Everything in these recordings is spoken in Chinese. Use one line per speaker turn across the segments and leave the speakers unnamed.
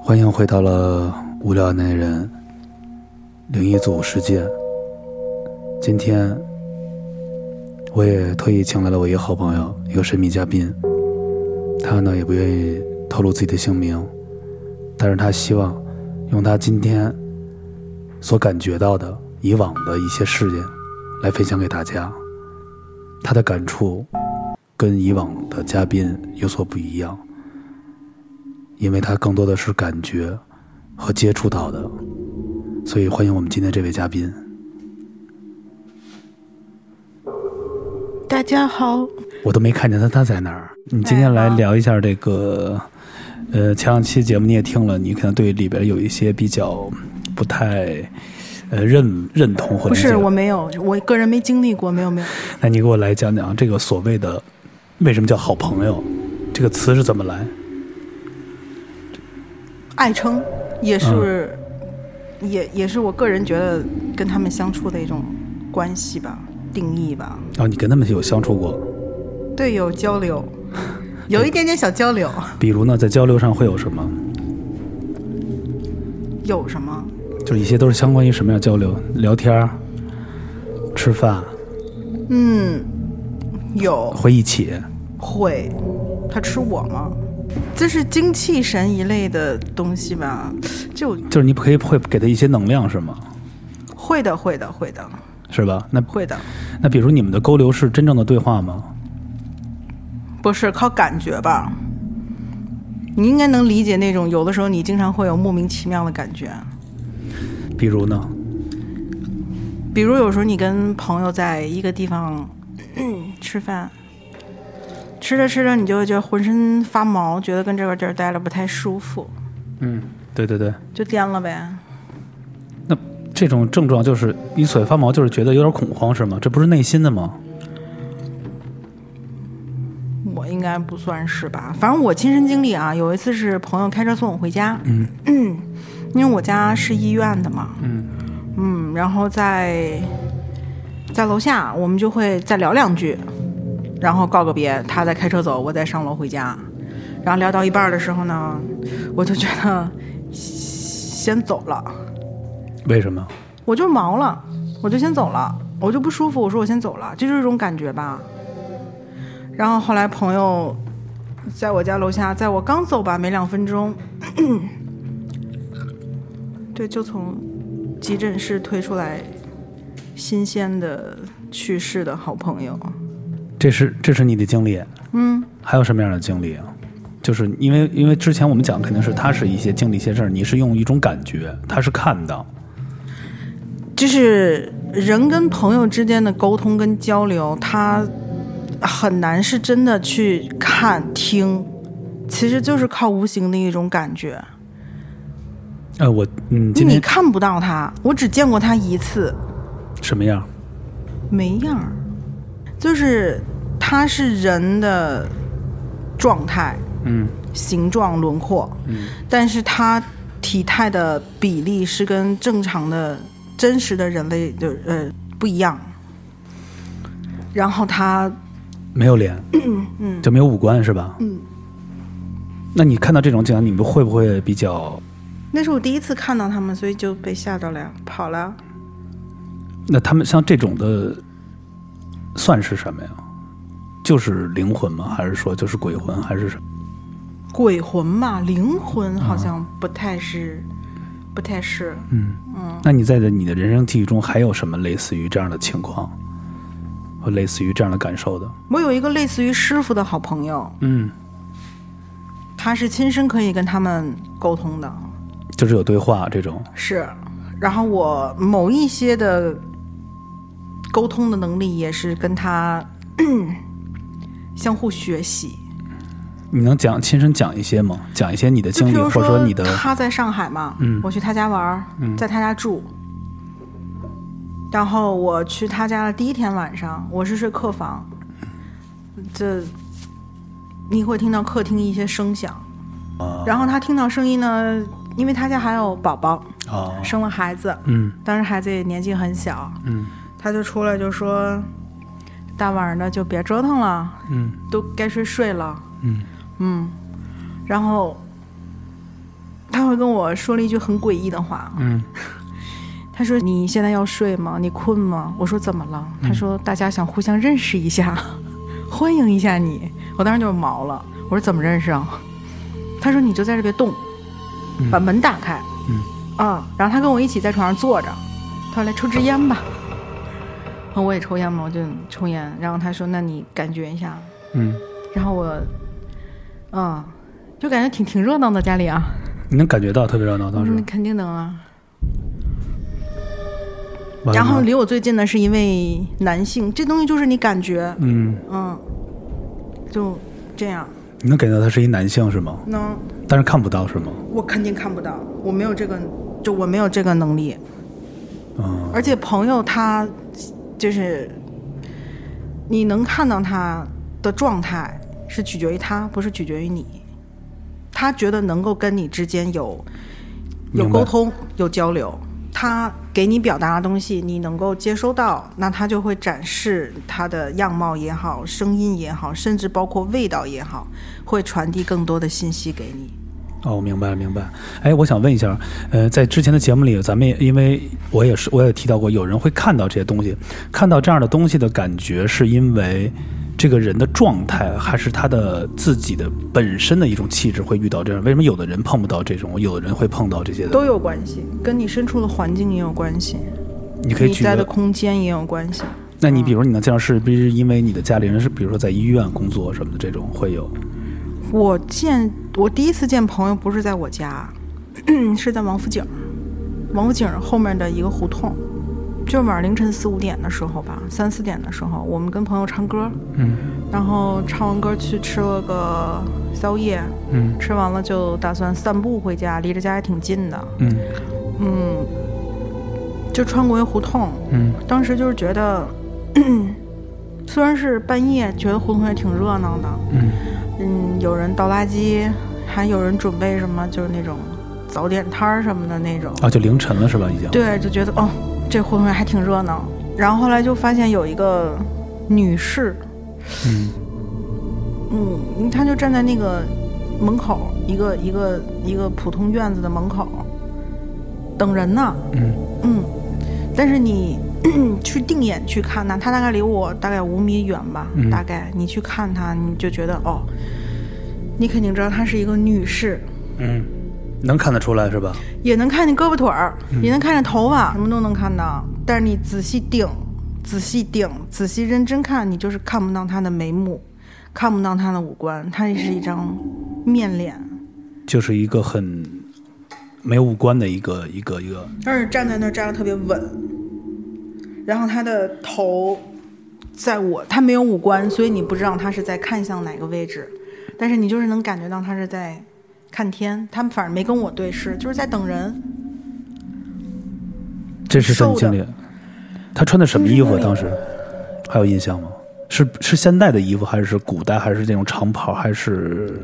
欢迎回到了无聊男人灵异组世界。今天我也特意请来了我一个好朋友，一个神秘嘉宾。他呢也不愿意透露自己的姓名，但是他希望用他今天所感觉到的以往的一些事件来分享给大家。他的感触跟以往的嘉宾有所不一样，因为他更多的是感觉和接触到的，所以欢迎我们今天这位嘉宾。
大家好，
我都没看见他在哪儿。你今天来聊一下这个，前两期节目你也听了，你可能对里边有一些比较不太认同或者
不是，我没有，我个人没经历过，没有。
那你给我来讲讲这个所谓的为什么叫好朋友，这个词是怎么来？
爱称也是，也是我个人觉得跟他们相处的一种关系吧，定义吧。
哦，你跟他们有相处过？
对，有交流，有一点点小交流。
比如呢，在交流上会有什么？
有什么？
就是一些都是相关于什么样交流？聊天、吃饭。
有。
会一起？
会。他吃我吗？这是精气神一类的东西吧？
就是你会给他一些能量是吗？
会的，
是吧？那
会的。
那比如你们的沟流是真正的对话吗？
不是，靠感觉吧。你应该能理解那种有的时候你经常会有莫名其妙的感觉。
比如呢？
比如有时候你跟朋友在一个地方吃饭，吃着你就觉得浑身发毛，觉得跟这个地儿待了不太舒服。
对，
就颠了呗。
那这种症状就是你所谓发毛，就是觉得有点恐慌是吗？这不是内心的吗？
我应该不算是吧，反正我亲身经历啊，有一次是朋友开车送我回家，因为我家是医院的嘛，然后在楼下我们就会再聊两句，然后告个别，他再开车走，我再上楼回家，然后聊到一半的时候呢，我就觉得先走了。
为什么？
我就毛了，我就先走了，我就不舒服，我说我先走了，就是这种感觉吧。然后后来朋友在我家楼下，在我刚走吧没2分钟，对，就从急诊室推出来新鲜的去世的好朋友。
这是你的经历？还有什么样的经历啊？就是因为之前我们讲肯定是他是一些经历一些事儿，你是用一种感觉，他是看到。就是
人跟朋友之间的沟通跟交流，他很难是真的去看听，其实就是靠无形的一种感觉。今天你看不到他，我只见过他一次。
什么样？
没样，就是他是人的状态，形状轮廓，但是他体态的比例是跟正常的真实的人类的不一样。然后他
没有脸，就没有五官是吧？那你看到这种景象，你们会不会比较？
那是我第一次看到他们，所以就被吓到了呀，跑了。
那他们像这种的，算是什么呀？就是灵魂吗？还是说就是鬼魂？还是什么？
鬼魂嘛，灵魂好像不太是。
那你在你的人生记忆中还有什么类似于这样的情况？或类似于这样的感受的？
我有一个类似于师傅的好朋友，他是亲身可以跟他们沟通的，
就是有对话这种。
是，然后我某一些的沟通的能力也是跟他相互学习。
你能亲身讲一些吗？讲一些你的经历，或者说你的。
他在上海嘛，我去他家玩，在他家住。然后我去他家的第一天晚上，我是睡客房，你会听到客厅一些声响，然后他听到声音呢，因为他家还有宝宝，生了孩子，当时孩子也年纪很小，他就出来就说，大晚上的就别折腾了，都该睡了，然后他会跟我说了一句很诡异的话，他说你现在要睡吗？你困吗？我说怎么了？他说大家想互相认识一下，欢迎一下你。我当时就毛了，我说怎么认识啊？他说你就在这边动，把门打开，然后他跟我一起在床上坐着，他说来抽支烟吧。然后我也抽烟嘛，我就抽烟。然后他说那你感觉一下，然后我就感觉挺热闹的家里啊。你
能感觉到特别热闹当时？
肯定能啊。然后离我最近的是一位男性，这东西就是你感觉，就这样。
你能感觉到他是一男性是吗？
能，
但是看不到是吗？
我肯定看不到，我没有这个能力。而且朋友他就是你能看到他的状态是取决于他，不是取决于你。他觉得能够跟你之间有沟通有交流，他给你表达的东西你能够接收到，那他就会展示他的样貌也好，声音也好，甚至包括味道也好，会传递更多的信息给你。
明白了。哎，我想问一下，在之前的节目里，咱们因为我也提到过，有人会看到这些东西，看到这样的东西的感觉，是因为这个人的状态，还是他的自己的本身的一种气质会遇到这样？为什么有的人碰不到这种，有的人会碰到这些的？
都有关系，跟你身处的环境也有关系，
你可以
你在的空间也有关系。
那你比如你能这样是不是因为你的家里人是比如说在医院工作什么的，这种会有？我第一次见朋友不是在我家，是在王府井后面的一个胡同，就是晚上凌晨4、5点的时候吧，3、4点的时候，我们跟朋友唱歌，然后唱完歌去吃了个宵夜，吃完了就打算散步回家，离着家也挺近的，就穿过一胡同，当时就是觉得，虽然是半夜，觉得胡同也挺热闹的，有人倒垃圾，还有人准备什么，就是那种早点摊什么的那种。 就凌晨了是吧？已经。对，
就觉得这胡同还挺热闹。然后后来就发现有一个女士，她就站在那个门口，一个普通院子的门口等人呢。但是你去定眼去看她，她大概离我大概5米远吧，大概你去看她，你就觉得你肯定知道她是一个女士，
能看得出来是吧？
也能看见胳膊腿儿，也能看见头发，什么都能看到。但是你仔细盯，仔细认真看，你就是看不到她的眉目，看不到她的五官，她是一张面脸，就是一个很没有五官的一个。但是站在那儿站得特别稳，然后她的头她没有五官，所以你不知道她是在看向哪个位置，但是你就是能感觉到她是在看天。他们反正没跟我对视，就是在等人。这是你经历。他穿的什么衣服？当时还有印象吗？是现代的衣服，还是古代，还是这种长袍，还是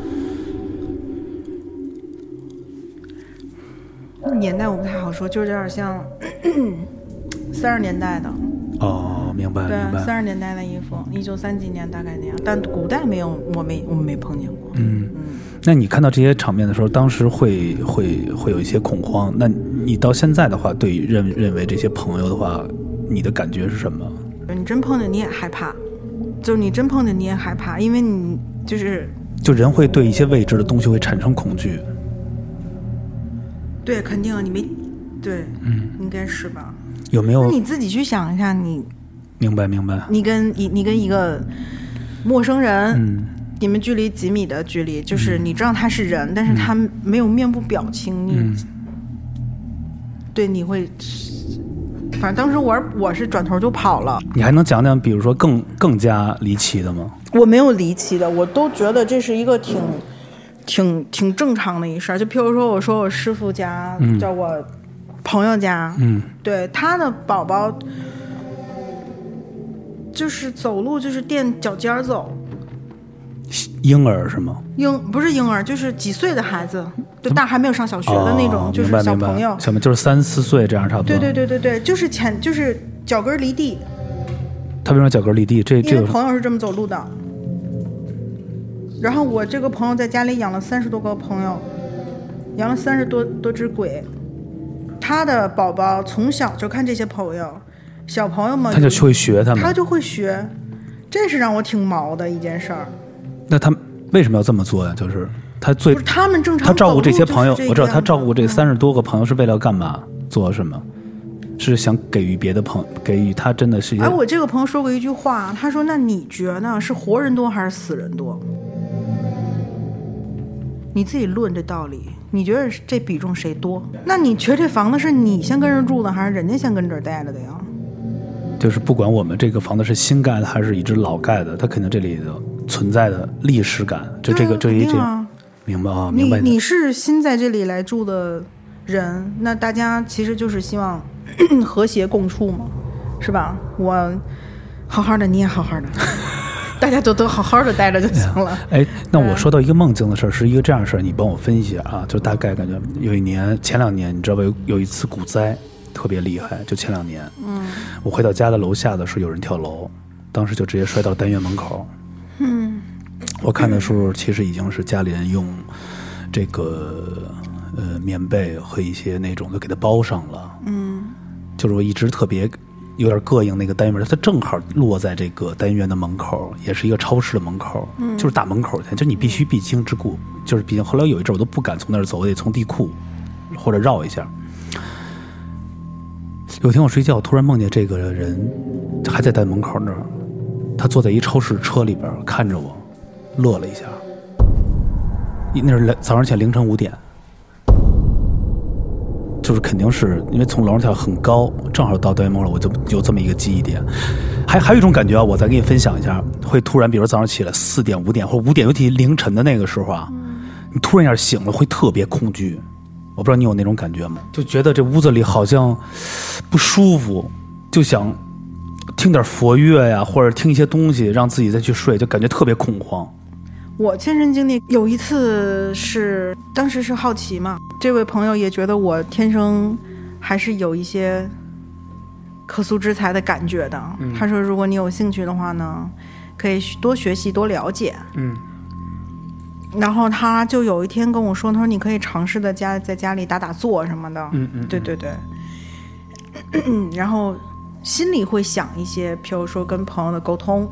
年代我不太好说，就是有点像30年代的。明白。对，30年代的衣服，1930几年大概那样，但古代没有，我们没碰见过。那你看到这些场面的时候，当时会有一些恐慌。那你到现在的话，对于认为这些朋友的话，你的感觉是什么？你真碰见你也害怕，就是你真碰见你也害怕，因为你就人会对一些未知的东西会产生恐惧。对，肯定你没对，应该是吧？有没有？那你自己去想一下，你明白？你跟一个陌生人。你们距离几米的距离，就是你知道他是人，但是他没有面部表情，对，你会，反正当时我是转头就跑了。你还能讲讲，比如说更加离奇的吗？我没有离奇的，我都觉得这是一个挺正常的一事儿。就譬如说，我说我师傅家，叫我朋友家，对，他的宝宝就是走路就是垫脚尖走。婴儿是吗？不是婴儿，就是几岁的孩子，就大还没有上小学的那种，就是小朋友，小就是3、4岁这样差不多。对，就是脚跟离地。他为什么脚跟离地？因为朋友是这么走路的。然后我这个朋友在家里养了30多个朋友， 养了30多只鬼。他的宝宝从小就看这些朋友，小朋友们
他就会学他们，
他就会学，这是让我挺毛的一件事儿。
那他为什么要这么做呀？就是
他们正常，
他照顾这些朋友，我知道他照顾这30多个朋友是为了干嘛？做什么？是想给予别的朋友，给予他真的是。哎，
我这个朋友说过一句话，他说：“那你觉得是活人多还是死人多？你自己论这道理。”你觉得这比重谁多？那你觉得这房子是你先跟着住的，还是人家先跟这儿待着的呀？
就是不管我们这个房子是新盖的还是一直老盖的，它肯定这里的存在的历史感，就这个这一这，明白啊？明白。
你是新在这里来住的人，那大家其实就是希望和谐共处嘛，是吧？我好好的，你也好好的。大家都好好的待着就行了。
哎，那我说到一个梦境的事儿，是一个这样的事儿，你帮我分析一下啊。就大概感觉有前2年，你知道吧？有一次股灾特别厉害，就前2年。我回到家的楼下的时候，有人跳楼，当时就直接摔到单元门口。我看的时候，其实已经是家里人用这个棉被和一些那种都给他包上了。就是我一直特别。有点膈应那个单元门，它正好落在这个单元的门口，也是一个超市的门口，就是大门口，就你必须必经之故，就是毕竟后来有一阵我都不敢从那儿走，我得从地库或者绕一下。有天我睡觉，突然梦见这个人还在单门口那儿，他坐在一超市车里边看着我，乐了一下。那是早上起来凌晨5点。就是肯定是因为从楼上跳很高，正好到单元门了，我就有这么一个记忆点。还有一种感觉啊，我再给你分享一下，会突然，比如早上起来4点、5点或者5点，尤其凌晨的那个时候啊，你突然一下醒了，会特别恐惧。我不知道你有那种感觉吗？就觉得这屋子里好像不舒服，就想听点佛乐呀，或者听一些东西，让自己再去睡，就感觉特别恐慌。
我亲身经历有一次是当时是好奇嘛，这位朋友也觉得我天生还是有一些可塑之才的感觉的。他说如果你有兴趣的话呢，可以多学习多了解。然后他就有一天跟我说，他说你可以尝试的在家里打坐什么的。对对对。然后心里会想一些，譬如说跟朋友的沟通。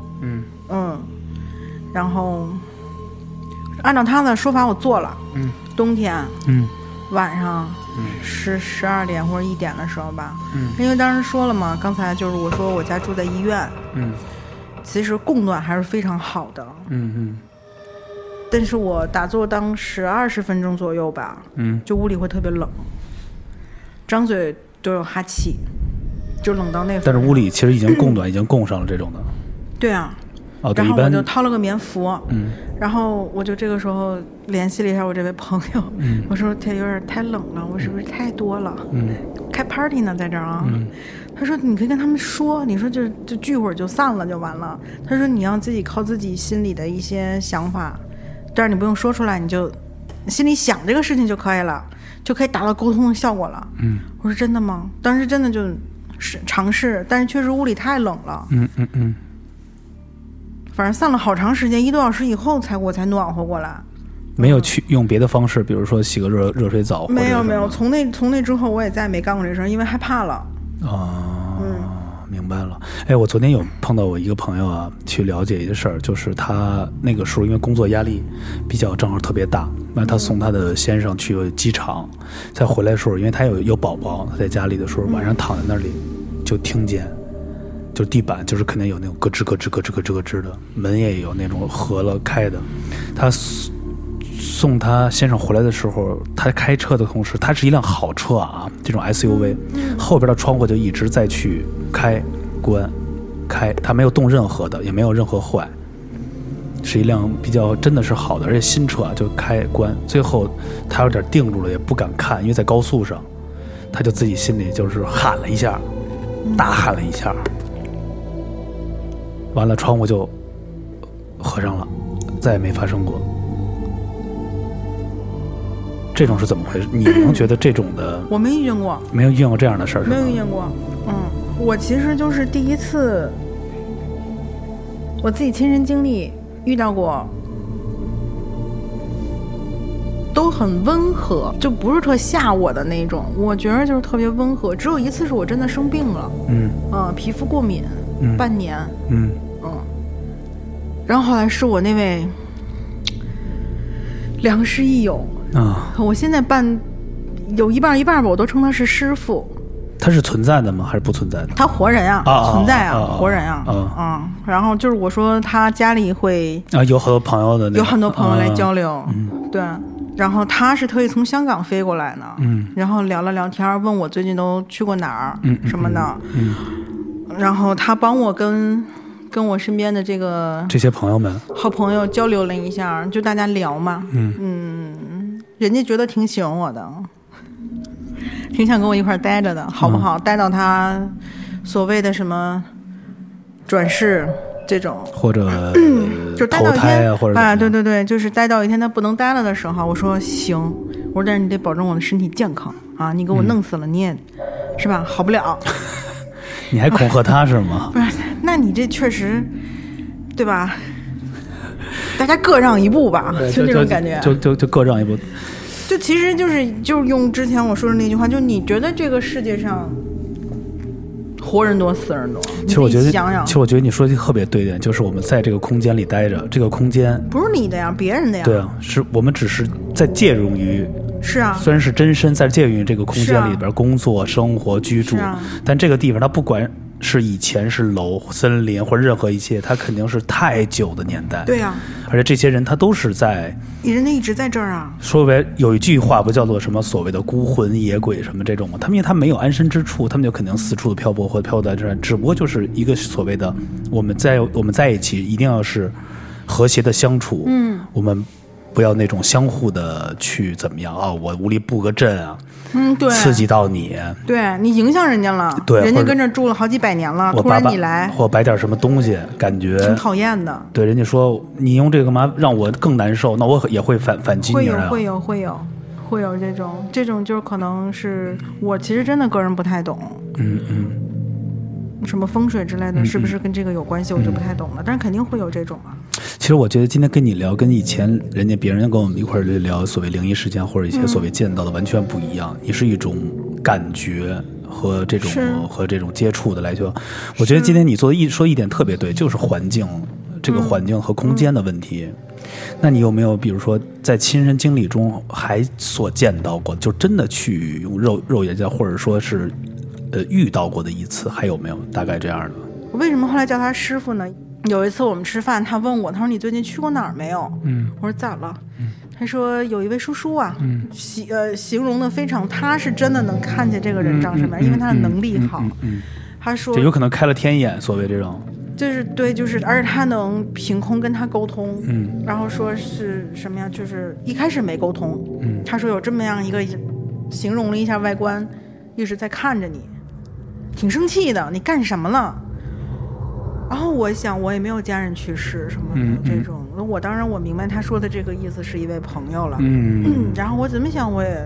然后按照他的说法我做了。冬天晚上12点或者1点的时候吧。因为当时说了嘛，刚才就是我说我家住在医院。其实供暖还是非常好的。但是我打坐当时20分钟左右吧。就屋里会特别冷，张嘴都有哈气，就冷到那份。
但是屋里其实已经供暖已经供上了这种的。
对啊。然后我就掏了个棉服。然后我就这个时候联系了一下我这位朋友。我说他有点太冷了，我是不是太多了？开 party 呢在这儿啊。他说你可以跟他们说，你说就聚会就散了就完了。他说你要自己靠自己心里的一些想法，但是你不用说出来，你就心里想这个事情就可以了，就可以达到沟通的效果了。我说真的吗？当时真的就是尝试，但是确实屋里太冷了。反正散了好长时间，1多小时以后我才暖和过来。
没有去用别的方式，比如说洗个热水澡。
没有，从那之后我也再也没干过这事儿，因为害怕了。
明白了。哎，我昨天有碰到我一个朋友啊，去了解一个事儿，就是他那个时候因为工作压力正好特别大，那他送他的先生去机场，再回来的时候，因为他有宝宝，他在家里的时候晚上躺在那里就听见。就地板就是肯定有那种咯吱咯吱咯吱咯吱咯吱的，门也有那种合了开的。他送他先生回来的时候，他开车的同时，他是一辆好车啊，这种 SUV，后边的窗户就一直在去开关开，他没有动任何的，也没有任何坏，是一辆比较真的是好的，而且新车啊就开关。最后他有点定住了，也不敢看，因为在高速上，他就自己心里就是喊了一下，大喊了一下。完了，窗户就合上了，再也没发生过。这种是怎么回事？你能觉得这种的？
我没遇见过，
没有遇见过这样的事儿，
没有遇见过。我其实就是第一次，我自己亲身经历遇到过都很温和，就不是特吓我的那种。我觉得就是特别温和。只有一次是我真的生病了，皮肤过敏，半年，然后后来是我那位良师益友啊，我现在办有一半吧，我都称他是师傅。
他是存在的吗？还是不存在的？
他活人啊，存在啊，活人啊，然后就是我说他家里会
有很多朋友的，
有很多朋友来交流，对。然后他是特意从香港飞过来的，然后聊了聊天，问我最近都去过哪儿，什么的，然后他帮我跟我身边的这
些朋友们、
好朋友交流了一下，就大家聊嘛，人家觉得挺喜欢我的。挺想跟我一块待着的，好不好？待到他所谓的什么转世这种，
或者
就待到一天
或者
对，就是待到一天他不能待了的时候，我说行，我说但是你得保证我的身体健康啊！你给我弄死了，你也是吧？好不了。
你还恐吓他是吗？
不是，那你这确实对吧？大家各让一步吧，就这种感觉，
就各让一步。
就其实就是用之前我说的那句话，就你觉得这个世界上活人多死人多，
其实我觉得你说的特别对一点，就是我们在这个空间里待着，这个空间
不是你的呀，别人的呀。
对啊，是我们只是在介入于，
是啊，
虽然是真身在介入于这个空间里边工作、生活、居住，但这个地方它不管是以前是楼、森林或者任何一切，它肯定是太久的年代。
对啊，
而且这些人他都是在。
人家一直在这儿啊。
说白有一句话不叫做什么所谓的孤魂野鬼什么这种吗？他们因为他没有安身之处，他们就肯定四处的漂泊或漂在这儿，只不过就是一个所谓的我们在一起一定要是和谐的相处，我们不要那种相互的去怎么样啊，我无力布个阵啊，
对，
刺激到你，
对你影响人家了，
对，
人家跟这住了好几百年了，突然你来，
或摆点什么东西，感觉
挺讨厌的。
对，人家说你用这个干嘛让我更难受，那我也会反击你。
会有这种就是可能是我其实真的个人不太懂，什么风水之类的，是不是跟这个有关系，我就不太懂了，但是肯定会有这种啊。
其实我觉得今天跟你聊，跟以前别人跟我们一块儿聊所谓灵异事件或者一些所谓见到的完全不一样。你是一种感觉和这种接触的来说，我觉得今天你说一点特别对，就是环境，这个环境和空间的问题。那你有没有比如说在亲身经历中还所见到过，就真的去用肉眼见，或者说是遇到过的一次，还有没有大概这样的？
我为什么后来叫他师傅呢？有一次我们吃饭，他问我，他说你最近去过哪儿没有？我说咋了？他说有一位叔叔啊，形容的非常，他是真的能看见这个人长什么样，因为他的能力好。他说
这有可能开了天眼，所谓这种。
就是对，就是而且他能凭空跟他沟通，然后说是什么呀？就是一开始没沟通，他说有这么样一个，形容了一下外观，一直在看着你，挺生气的，你干什么了？然后我想，我也没有家人去世什么的这种，我当然我明白他说的这个意思是一位朋友了，然后我怎么想我也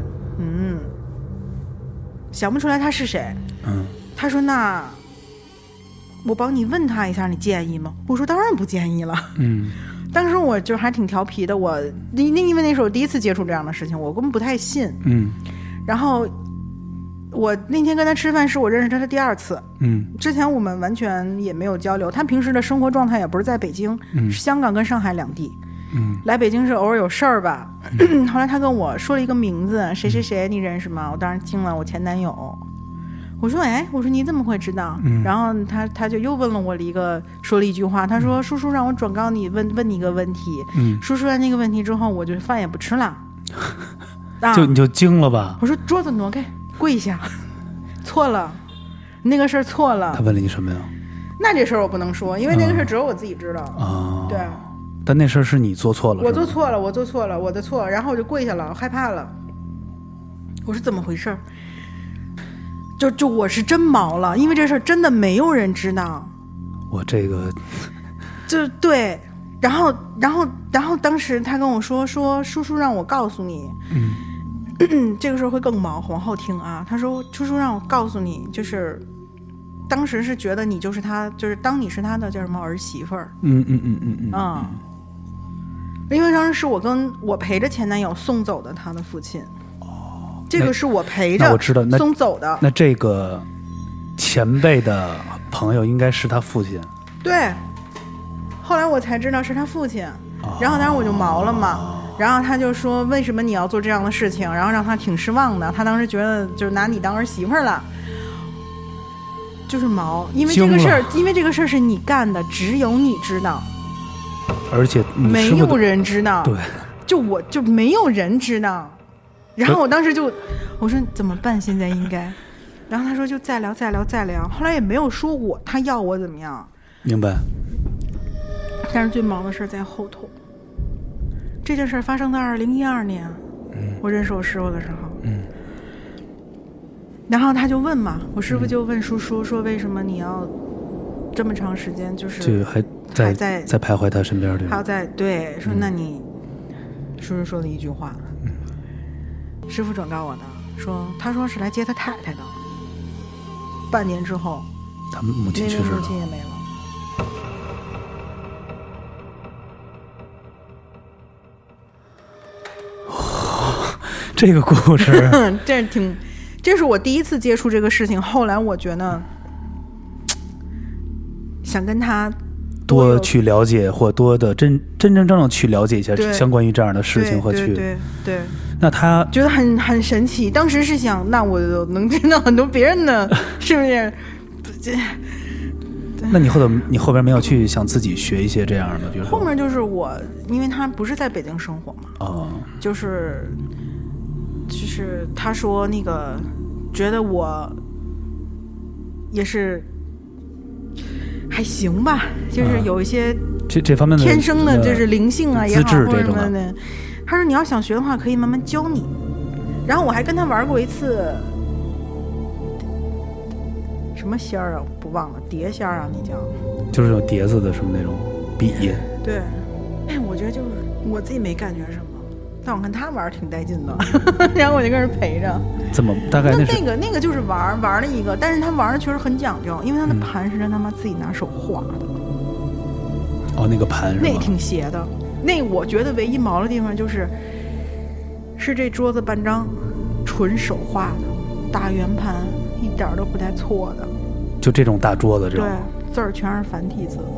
想不出来他是谁，他说那我帮你问他一下，你介意吗？我说当然不介意了，当时我就还挺调皮的，因为那时候我第一次接触这样的事情，我根本不太信，然后我那天跟他吃饭是我认识他的第二次，之前我们完全也没有交流，他平时的生活状态也不是在北京，是香港跟上海两地，来北京是偶尔有事儿吧，后来他跟我说了一个名字，谁谁谁你认识吗？我当时听了，我前男友。我说我说你怎么会知道？然后他就又问了我说了一句话，他说叔叔让我转告你问你一个问题，说出来那个问题之后，我就饭也不吃了，
你就惊了吧？
我说桌子挪开，跪下，错了，那个事儿错了。
他问了你什么呀？
那这事儿我不能说，因为那个事儿只有我自己知道啊。对，
但那事儿是你做错了，
我做错了，我的错，然后我就跪下了，害怕了。我说怎么回事？就我是真毛了，因为这事儿真的没有人知道。
我这个
就对，然后当时他跟我说叔叔让我告诉你，这个时候会更毛，往后听啊。他说叔叔让我告诉你，就是当时是觉得你就是他，就是当你是他的叫什么儿媳妇儿。 因为当时是我陪着前男友送走的他的父亲。这个是我陪着
我知道
送走的。
那这个前辈的朋友应该是他父亲。
对，后来我才知道是他父亲，然后当时我就毛了嘛。然后他就说为什么你要做这样的事情，然后让他挺失望的。他当时觉得就是拿你当儿媳妇了，就是毛。因为这个事儿是你干的，只有你知道，
而且
没有人知道。
对，
就没有人知道。然后我当时我说怎么办？现在应该，然后他说就再聊。后来也没有说他要我怎么样。
明白。
但是最毛的事在后头。这件事发生在2012年，我认识我师傅的时候，然后他就问嘛，我师傅就问叔叔说为什么你要这么长时间就是
还在徘徊他身边，对，
还要对说那你叔叔说了一句话。师傅转告我的他说是来接他太太的，半年之后
他母亲去世了，
母亲也没了。
这个故事
这是我第一次接触这个事情。后来我觉得想跟他
多去了解，或多的真正去了解一下相关于这样的事情，或去
对。
那他
觉得很神奇。当时是想，那我能知道很多别人的，是不是？
那你后边没有去想自己学一些这样的？比如
后面就是因为他不是在北京生活嘛，就是他说那个觉得我也是还行吧，就是有一些
这方面的
天生的，就是灵性啊也好，
资质这种
的。他说你要想学的话，可以慢慢教你。然后我还跟他玩过一次什么仙儿啊，不忘了，碟仙儿啊，那叫
就是有碟子的什么那种笔。
对，我觉得就是我自己没感觉什么。但我看他玩挺带劲的，然后我就跟人陪着。
怎么大概
那个就是玩了一个，但是他玩的确实很讲究，因为他的盘是让他妈自己拿手画的。
那个盘是吧？
那挺邪的。那我觉得唯一毛的地方是这桌子半张纯手画的大圆盘，一点都不带错的。
就这种大桌子，这种
对，字儿全是繁体字。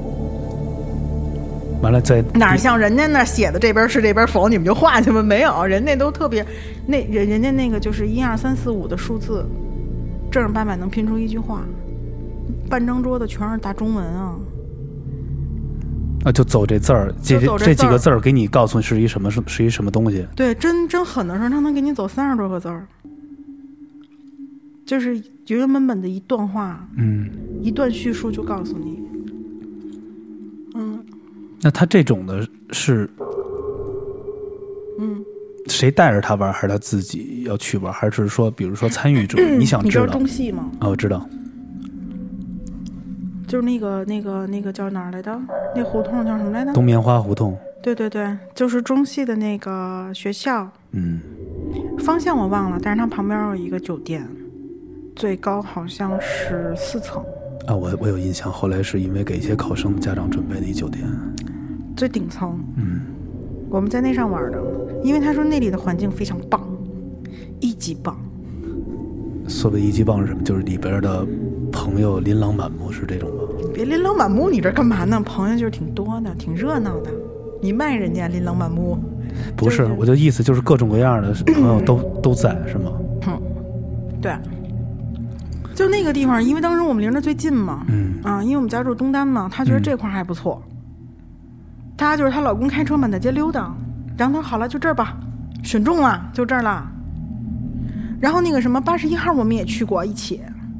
完了
哪像人家那写的这边是这边否，你们就画去吧？没有，人家都特别，人家那个就是1、2、3、4、5的数字，正儿八百能拼出一句话。半张桌子全是大中文啊！
就走这字儿，这几个字儿给你告诉是一什么东西。
对，真狠的时候，他能给你走30多个字儿，就是原本的一段话，一段叙述就告诉你。
那他这种的是，谁带着他玩，还是他自己要去玩，还是说，比如说参与者，你想知道？
你知道中戏吗？
我知道。
就是那个叫哪儿来的？那胡同叫什么来着？
东棉花胡同。对，
就是中戏的那个学校。方向我忘了，但是它旁边有一个酒店，最高好像是4层。
我有印象，后来是因为给一些考生家长准备的一酒店，
最顶层。我们在那上玩的，因为他说那里的环境非常棒，1级棒。
所谓1级棒是什么？就是里边的朋友琳琅满目，是这种吗？
别琳琅满目，你这干嘛呢？朋友就是挺多的，挺热闹的。你卖人家琳琅满目？
不是，我的意思就是各种各样的朋友都在，是吗？
对。就那个地方，因为当时我们离着最近嘛，因为我们家住东单嘛，他觉得这块还不错。她就是她老公开车满大街溜达，然后她说好了，就这儿吧，选中了，就这儿了。然后那个什么81号我们也去过一起。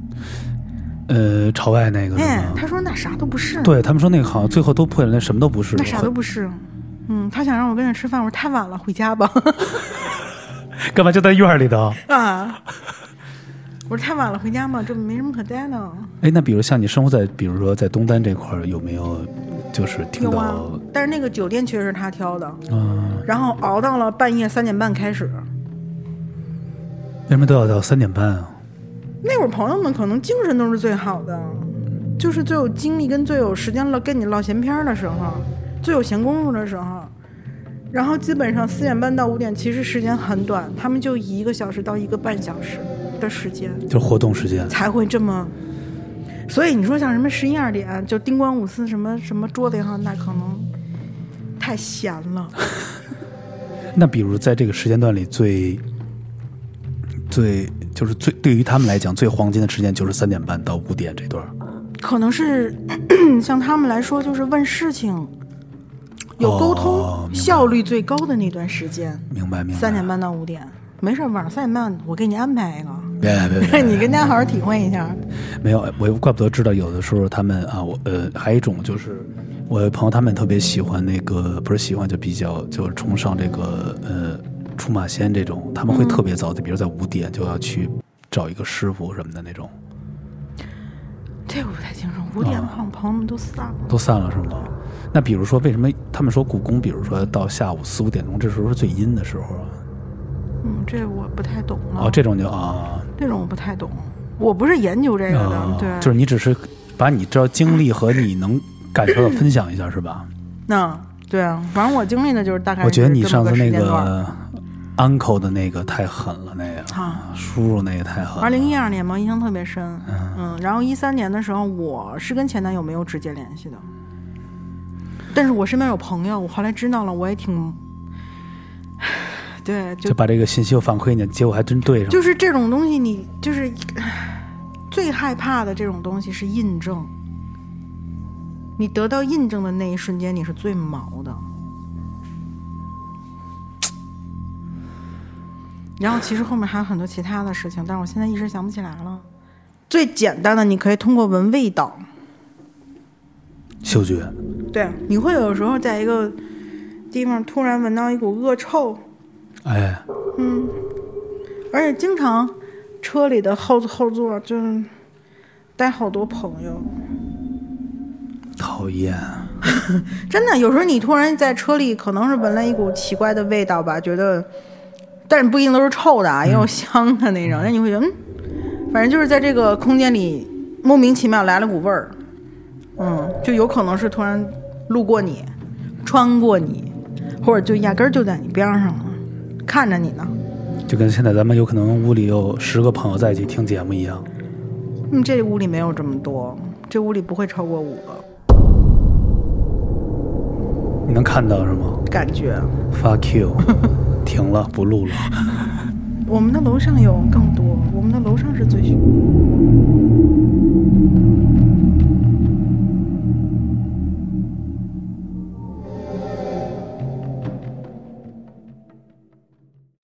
朝外那个。
他说那啥都不是。
对他们说那个好像最后都破了，那什么都不是。
那啥都不是。他想让我跟着吃饭，我说太晚了，回家吧。
干嘛就在院里头
啊？我说太晚了，回家嘛，这没什么可待的。
那比如像你生活在，比如说在东单这块有没有就是听到？
但是那个酒店确实是他挑的。然后熬到了半夜3点半开始。
为什么都要到3点半啊？
那会儿朋友们可能精神都是最好的，就是最有精力跟最有时间跟你唠闲篇的时候，最有闲工夫的时候。 然后基本上4点半到5点其实时间很短，他们就1个小时到1个半小时的时间，
就活动时间
才会这么。所以你说像什么11、2点就叮咣五四什么什么桌子上，那可能太闲了。
那比如在这个时间段里最对于他们来讲最黄金的时间就是3点半到5点这段，
可能是像他们来说就是问事情有沟通、效率最高的那段时间。
明白
3点半到5点，没事，晚上3点半我给你安排一个。
别
你跟大家好好体会一下。
没有，我怪不得知道有的时候他们啊，还有一种就是我有朋友他们特别喜欢那个，不是喜欢就比较就是崇尚这个出马仙这种，他们会特别早的，比如在5点就要去找一个师傅什么的那种。
这个不太清楚，5点好像朋友们都散
了是吗？那比如说为什么他们说故宫，比如说到下午4、5点钟，这时候是最阴的时候啊？
这我不太懂了。
这种就
这种我不太懂，我不是研究这个的，对，
就是你只是把你这经历和你能感受的分享一下，是吧？
对啊，反正我经历的就是大概是。
我觉得你上次那个 uncle 的那个太狠了，那个叔叔那个太狠了。
2012年嘛，印象特别深。然后13年的时候，我是跟前男友没有直接联系的，但是我身边有朋友，我后来知道了，我也挺。对，
就把这个信息又反馈你，结果还真对上。
就是这种东西，你就是最害怕的这种东西是印证。你得到印证的那一瞬间，你是最毛的。然后其实后面还有很多其他的事情，但是我现在一时想不起来了。最简单的，你可以通过闻味道、
嗅觉。
对，你会有时候在一个地方突然闻到一股恶臭。而且经常车里的后座就是带好多朋友，
讨厌。
真的，有时候你突然在车里可能是闻了一股奇怪的味道吧，觉得，但是不一定都是臭的啊，也有香的那种，那你会觉得反正就是在这个空间里莫名其妙来了股味儿，就有可能是突然路过你，穿过你，或者就压根儿就在你边上了，看着你呢。
就跟现在咱们有可能屋里有10个朋友在一起听节目一样。
这屋里没有这么多，这屋里不会超过5个。
你能看到是吗？
感觉
fuck you 停了，不录了。
我们的楼上有更多，我们的楼上是最凶。